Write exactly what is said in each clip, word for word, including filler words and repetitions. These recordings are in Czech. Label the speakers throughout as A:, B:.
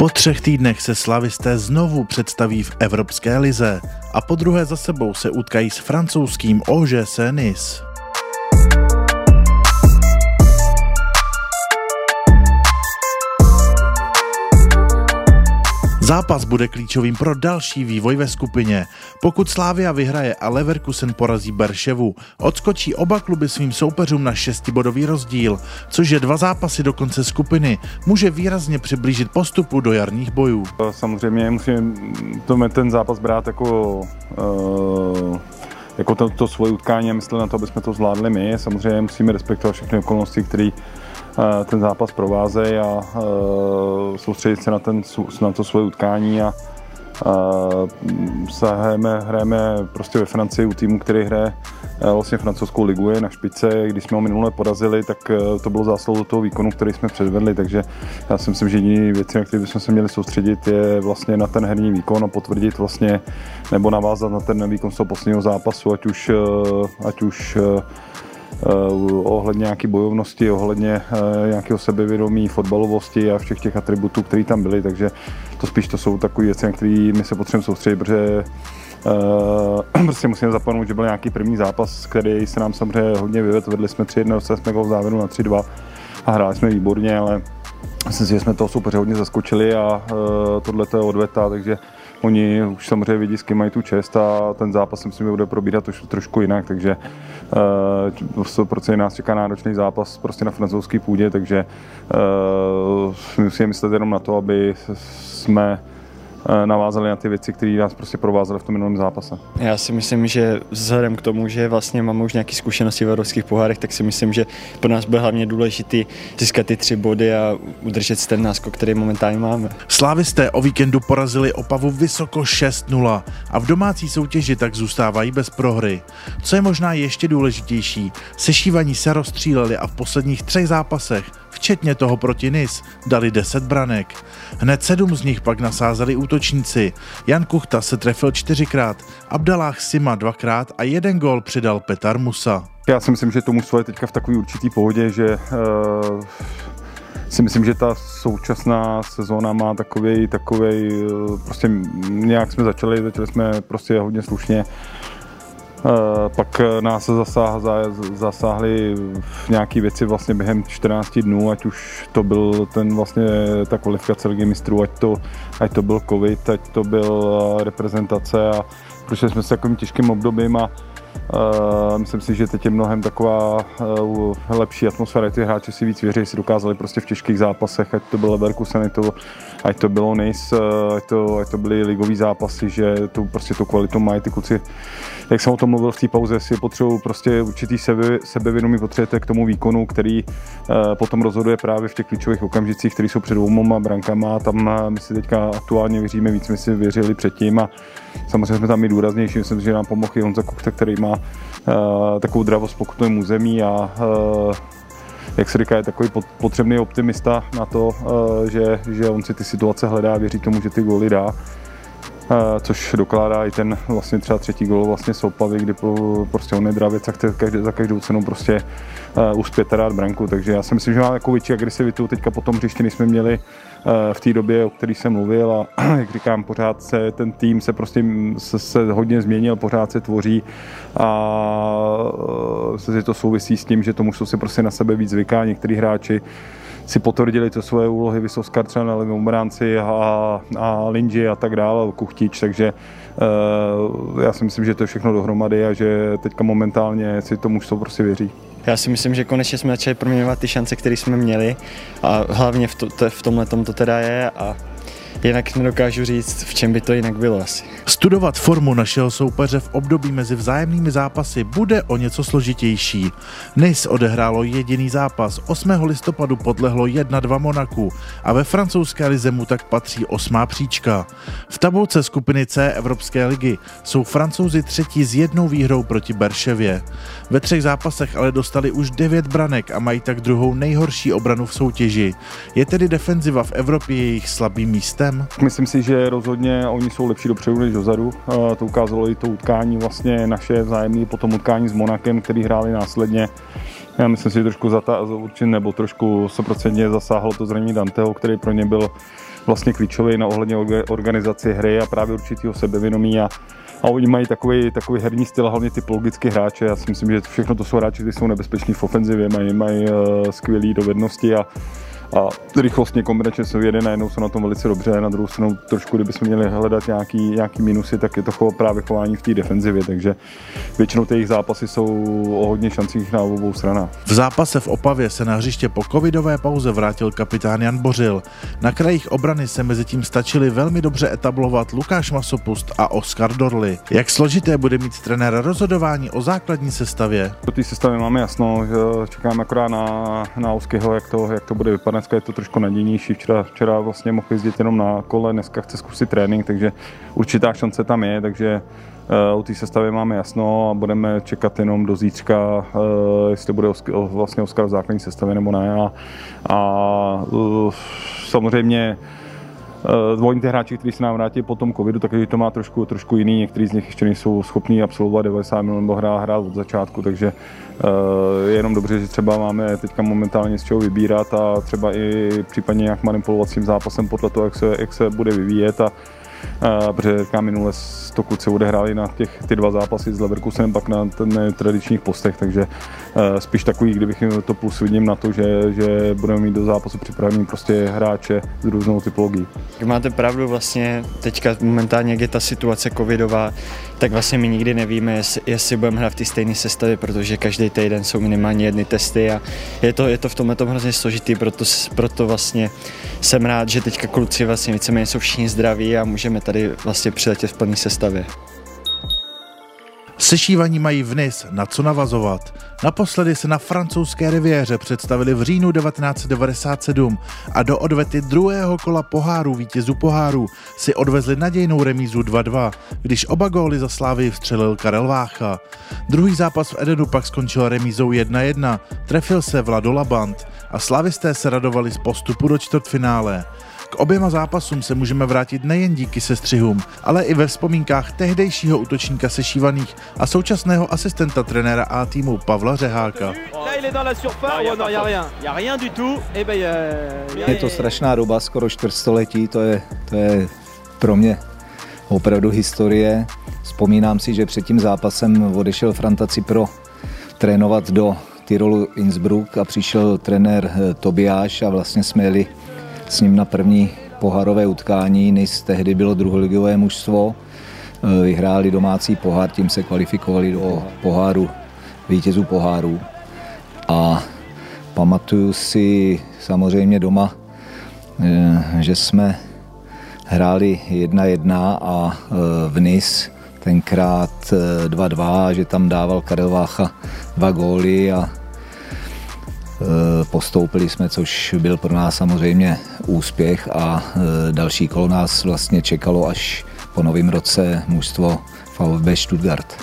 A: třech týdnech se slavisté znovu představí v Evropské lize a po druhé za sebou se utkají s francouzským O G C Nice. Zápas bude klíčovým pro další vývoj ve skupině. Pokud Slavia vyhraje a Leverkusen porazí Berševu, odskočí oba kluby svým soupeřům na šestibodový rozdíl, což je dva zápasy do konce skupiny může výrazně přiblížit postupu do jarních bojů.
B: Samozřejmě musíme to, ten zápas brát jako, uh, jako to, to svoje utkání a myslet na to, aby jsme to zvládli my. Samozřejmě musíme respektovat všechny okolnosti, které ten zápas provázejí a uh, soustředit se na, ten, na to svoje utkání a uh, hrajeme, hrajeme prostě ve Francii u týmu, který hraje uh, vlastně francouzskou ligu, je na špičce. Když jsme ho minule porazili, tak uh, to bylo zásluhou toho výkonu, který jsme předvedli, takže já si myslím, že jediný věci, na které bychom se měli soustředit, je vlastně na ten herní výkon a potvrdit vlastně, nebo navázat na ten výkon z toho posledního zápasu, ať už, uh, ať už uh, Uh, ohledně nějaké bojovnosti, ohledně uh, nějakého sebevědomí, fotbalovosti a všech těch atributů, které tam byly, takže to spíš to jsou takové věci, na které my se potřebujeme soustředit, protože uh, prostě musíme zapomenout, že byl nějaký první zápas, který se nám samozřejmě hodně vyvedl, vedli jsme tři jedna, dostali jsme go v závěru na tři dva a hráli jsme výborně, ale myslím si, že jsme toho soupeře hodně zaskočili a uh, tohle to je odveta, takže oni už samozřejmě vidí, s kým mají tu čest a ten zápas si myslím, že bude probíhat troš, trošku jinak, takže uh, sto procent nás čeká náročný zápas prostě na francouzské půdě, takže uh, musíme myslet jenom na to, aby jsme navázali na ty věci, které nás prostě provázely v tom minulém zápase.
C: Já si myslím, že vzhledem k tomu, že vlastně máme už nějaké zkušenosti v evropských pohárech, tak si myslím, že pro nás bude hlavně důležité získat ty tři body a udržet ten náskok, který momentálně máme.
A: Slávisté o víkendu porazili Opavu vysoko šest nula a v domácí soutěži tak zůstávají bez prohry. Co je možná ještě důležitější, sešívaní se rozstříleli a v posledních třech zápasech, včetně toho proti Nice, dali deset branek. Hned sedm z nich pak nasázeli útočníci. Jan Kuchta se trefil čtyřikrát, Abdallah Sima dvakrát a jeden gól přidal Petar Musa.
B: Já si myslím, že to mužstvo je teďka v takové určitý pohodě, že uh, si myslím, že ta současná sezóna má takovej, takovej, uh, prostě nějak jsme začali, začali jsme prostě hodně slušně. Uh, pak nás zasáh, zasáhly v nějaké věci vlastně během čtrnácti dnů, ať už to byl ten vlastně ta kvalifikace Ligy mistrů, ať to, ať to byl covid, ať to byl reprezentace a prošli jsme se takovým těžkým obdobím a Uh, myslím si, že teď je mnohem taková uh, lepší atmosféra, ty hráči si víc věří, si dokázali prostě v těžkých zápasech, ať to byl Leverkusen, ať to, ať to bylo Nice, uh, ať, to, ať to byly ligový zápasy, že tu prostě tu kvalitu mají ty kluci. Jak jsem o tom mluvil v té pauze, si potřebují prostě určitý sebe, sebevědomí potřebujete k tomu výkonu, který uh, potom rozhoduje právě v těch klíčových okamžicích, které jsou před dvouma brankama. Tam uh, my si teďka aktuálně věříme víc, my si věřili předtím a samozřejmě jsme tam i důraznější, myslím, že nám pomohl i Honza Kuchta, který má uh, takovou dravost po kutovém území a uh, jak se říká, je takový potřebný optimista na to, uh, že, že on si ty situace hledá a věří tomu, že ty góly dá. Uh, což dokládá i ten vlastně třeba třetí gól vlastně z Opavy, kdy prostě on je dravec a chce každý, za každou cenu prostě uh, uspět a dát branku, takže já si myslím, že má jako větší agresivitu teďka po tom hřišti, než jsme měli uh, v té době, o které jsem mluvil a jak říkám, pořád se ten tým se prostě se, se hodně změnil, pořád se tvoří a uh, se to souvisí s tím, že to mužstvo se prostě na sebe víc zvyká, některý hráči si potvrdili to svoje úlohy, Vysovskar třeba na levém obránci a, a Linji a tak dále, Kuchtič, takže uh, já si myslím, že to je všechno dohromady a že teďka momentálně si to mužstvo prostě věří.
C: Já si myslím, že konečně jsme začali proměňovat ty šance, které jsme měli a hlavně v, to, to, v tomhle tom to teda je a jinak nedokážu říct, v čem by to jinak bylo asi.
A: Studovat formu našeho soupeře v období mezi vzájemnými zápasy bude o něco složitější. Nice odehrálo jediný zápas, osmého listopadu podlehlo jedna dva Monaku a ve francouzské lize mu tak patří osmá příčka. V tabulce skupiny C Evropské ligy jsou Francouzi třetí s jednou výhrou proti Berševě. Ve třech zápasech ale dostali už devět branek a mají tak druhou nejhorší obranu v soutěži. Je tedy defenziva v Evropě jejich slabým místem?
B: Myslím si, že rozhodně oni jsou lepší dopředu než dozadu. To ukázalo i to utkání vlastně naše vzájemné, potom utkání s Monakem, který hráli následně. Já myslím si, že trošku zata- nebo trošku sto procent zasáhlo to zranění Danteho, který pro ně byl vlastně klíčový na ohledně organizaci hry a právě určitého sebevědomí a, a oni mají takový, takový herní styl a hlavně typologický hráče. Já si myslím, že všechno to jsou hráči, kteří jsou nebezpeční v ofenzivě, mají, mají uh, skvělé dovednosti a a rychlostně kombinačně jsou jeden na jednou jsou na tom velice dobře, na druhou stranu trošku, kdybychom měli hledat nějaký, nějaký minusy, tak je to cho, právě chování v té defenzivě, takže většinou těch zápasy jsou o hodně šancích na obou stranách.
A: V zápase v Opavě se na hřiště po covidové pauze vrátil kapitán Jan Bořil. Na krajích obrany se mezi tím stačili velmi dobře etablovat Lukáš Masopust a Oskar Dorly. Jak složité bude mít trenér rozhodování o základní sestavě?
B: Do té sestavy máme jasno, čekáme akorát na, na Oskyho, jak to, jak to bude vypadat. Dneska je to trošku nadějnější, včera, včera vlastně mohl jezdit jenom na kole, dneska chce zkusit trénink, takže určitá šance tam je, takže uh, u té sestavy máme jasno a budeme čekat jenom do zítřka, uh, jestli bude Oskar, vlastně Oskar v základní sestavě nebo ne. A, a uh, samozřejmě Uh, oni ty hráči, kteří se nám vrátí po tom covidu, takže to má trošku, trošku jiný. Někteří z nich ještě nejsou schopní absolvovat devadesát minut nebo hrát, hrát od začátku, takže uh, je jenom dobře, že třeba máme teďka momentálně z čeho vybírat a třeba i případně nějak manipulovacím zápasem podle toho, jak se, jak se bude vyvíjet. A, Uh, protože říkám, minule to kluci odehráli na těch, ty dva zápasy s Leverkusenem, pak na ten tradičních postech, takže uh, spíš takový, kdybych jim to plus vidím na to, že, že budeme mít do zápasu připravený prostě hráče s různou typologií.
C: Máte pravdu, vlastně teďka momentálně, jak je ta situace covidová, tak vlastně my nikdy nevíme, jestli, jestli budeme hrát v té stejné sestavě, protože každý týden jsou minimálně jedny testy a je to, je to v tomhle tom hrozně složitý, proto, proto vlastně jsem rád, že teďka kluci vlastně víceméně jsou všichni zdraví a můžeme tady vlastně přiletět v plné sestavě.
A: Sešívaní mají v Nice na co navazovat. Naposledy se na francouzské riviéře představili v říjnu devatenáct set devadesát sedm a do odvety druhého kola poháru vítězů poháru si odvezli nadějnou remízu dva dva, když oba góly za Slavii vstřelil Karel Vácha. Druhý zápas v Edenu pak skončil remízou jedna jedna, trefil se Vlado Labant a slavisté se radovali z postupu do čtvrtfinále. K oběma zápasům se můžeme vrátit nejen díky sestřihům, ale i ve vzpomínkách tehdejšího útočníka sešívaných a současného asistenta trenéra A týmu Pavla Řeháka.
D: Je to strašná doba, skoro čtvrtstoletí, to je, to je pro mě opravdu historie. Vzpomínám si, že před tím zápasem odešel Franta Cipro trénovat do Tyrolu Innsbruck a přišel trenér Tobiáš a vlastně jsme jeli s ním na první pohárové utkání. Nice tehdy bylo druholigové mužstvo, vyhráli domácí pohár, tím se kvalifikovali do poháru, vítězů poháru. A pamatuju si samozřejmě doma, že jsme hráli jedna jedna a v Nice tenkrát dva dva, že tam dával Karel Vácha dva góly a postoupili jsme, což byl pro nás samozřejmě úspěch a další kolo nás vlastně čekalo až po novém roce mužstvo VfB Stuttgart.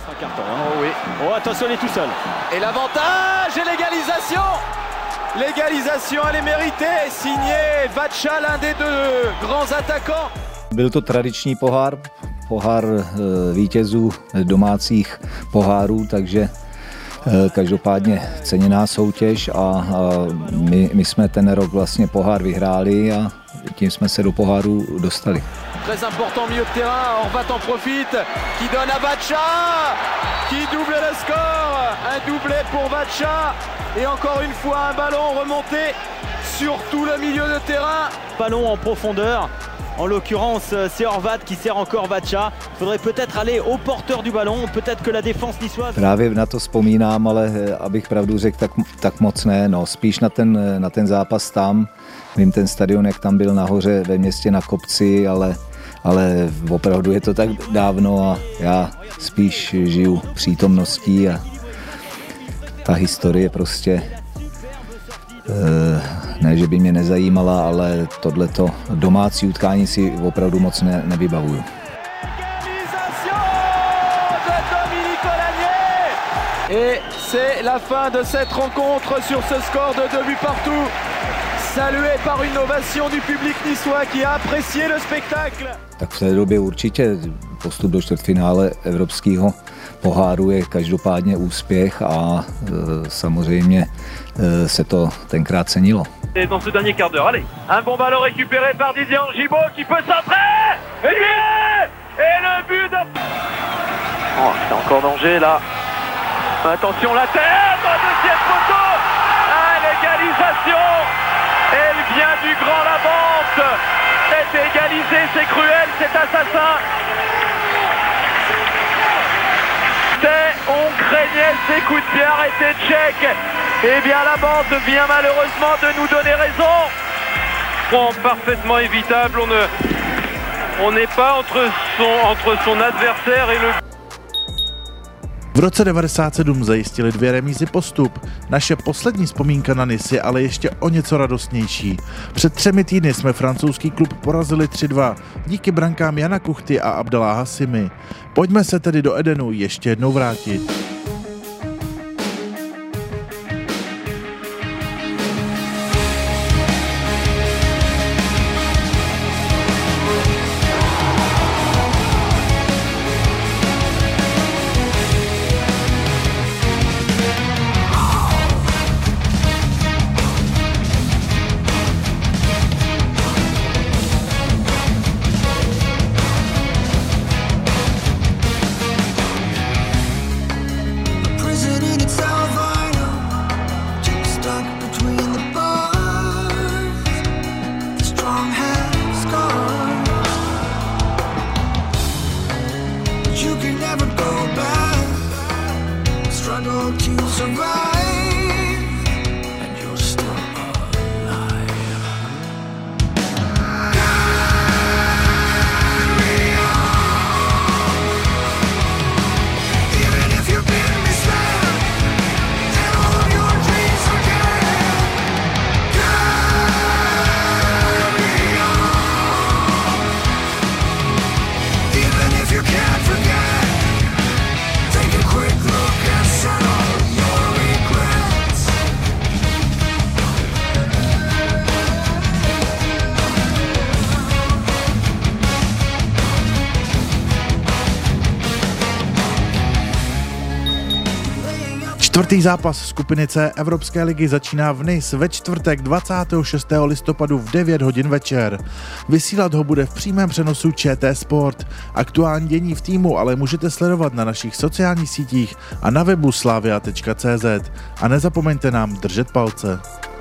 E: Et l'avantage et l'égalisation. L'égalisation, elle est méritée, signé Vacha, l'un des deux grands attaquants.
D: Byl to tradiční pohár, pohár vítězů domácích pohárů, takže každopádně ceněná soutěž a, a my, my jsme ten rok vlastně pohár vyhráli a tím jsme se do poháru dostali.
E: Très important milieu de terrain, Horvat en profite, qui donne à Vacha, qui double le score, un doublé pour Vacha et encore une fois un ballon remonté sur tout le milieu de terrain.
F: Ballon en profondeur. En l'occurrence, c'est Horvat qui sert encore Vacha. Il faudrait peut-être aller au porteur du ballon, peut-être que la défense niçoise...
D: Právě na to vzpomínám, ale abych pravdu řekl, tak, tak moc ne. No, spíš na ten, na ten zápas tam. Vím ten stadion, jak tam byl nahoře ve městě na kopci, ale, ale opravdu je to tak dávno a já spíš žiju přítomností a ta historie prostě... Ne, že by mě nezajímala, ale tohleto domácí utkání si opravdu moc ne, nevybavuju.
E: Et c'est la fin de cette rencontre sur ce score de deux buts partout, salué par une ovation du public niçois qui a apprécié le spectacle.
D: Tak v té době určitě postup do čtvrtfinále evropského poháru je každopádně úspěch a e, samozřejmě e, se to tenkrát cenilo.
E: Et dans ce dernier quart d'heure, allez, un bon ballon récupéré par Didier Angibault qui peut centrer. Et, et le but de... Oh, c'est encore danger là. Attention la tête, deuxième poteau. Ah, l'égalisation. Elle vient du Grand Labante. C'est égalisé, c'est cruel, c'est assassin. On craignait ces coups de pied arrêtés de Tchèque. Eh bien la bande vient malheureusement de nous donner raison.
G: Bon, parfaitement évitable, on ne, on n'est pas entre son, entre son adversaire et le...
A: V roce devadesát sedm zajistili dvě remízy postup. Naše poslední vzpomínka na Nice je ale ještě o něco radostnější. Před třemi týdny jsme francouzský klub porazili tři dva díky brankám Jana Kuchty a Abdalá Hassimi. Pojďme se tedy do Edenu ještě jednou vrátit. Čtvrtý zápas skupiny C Evropské ligy začíná v Nice ve čtvrtek dvacátého šestého listopadu v devět hodin večer. Vysílat ho bude v přímém přenosu Č T Sport. Aktuální dění v týmu ale můžete sledovat na našich sociálních sítích a na webu slavia tečka cé zet. A nezapomeňte nám držet palce.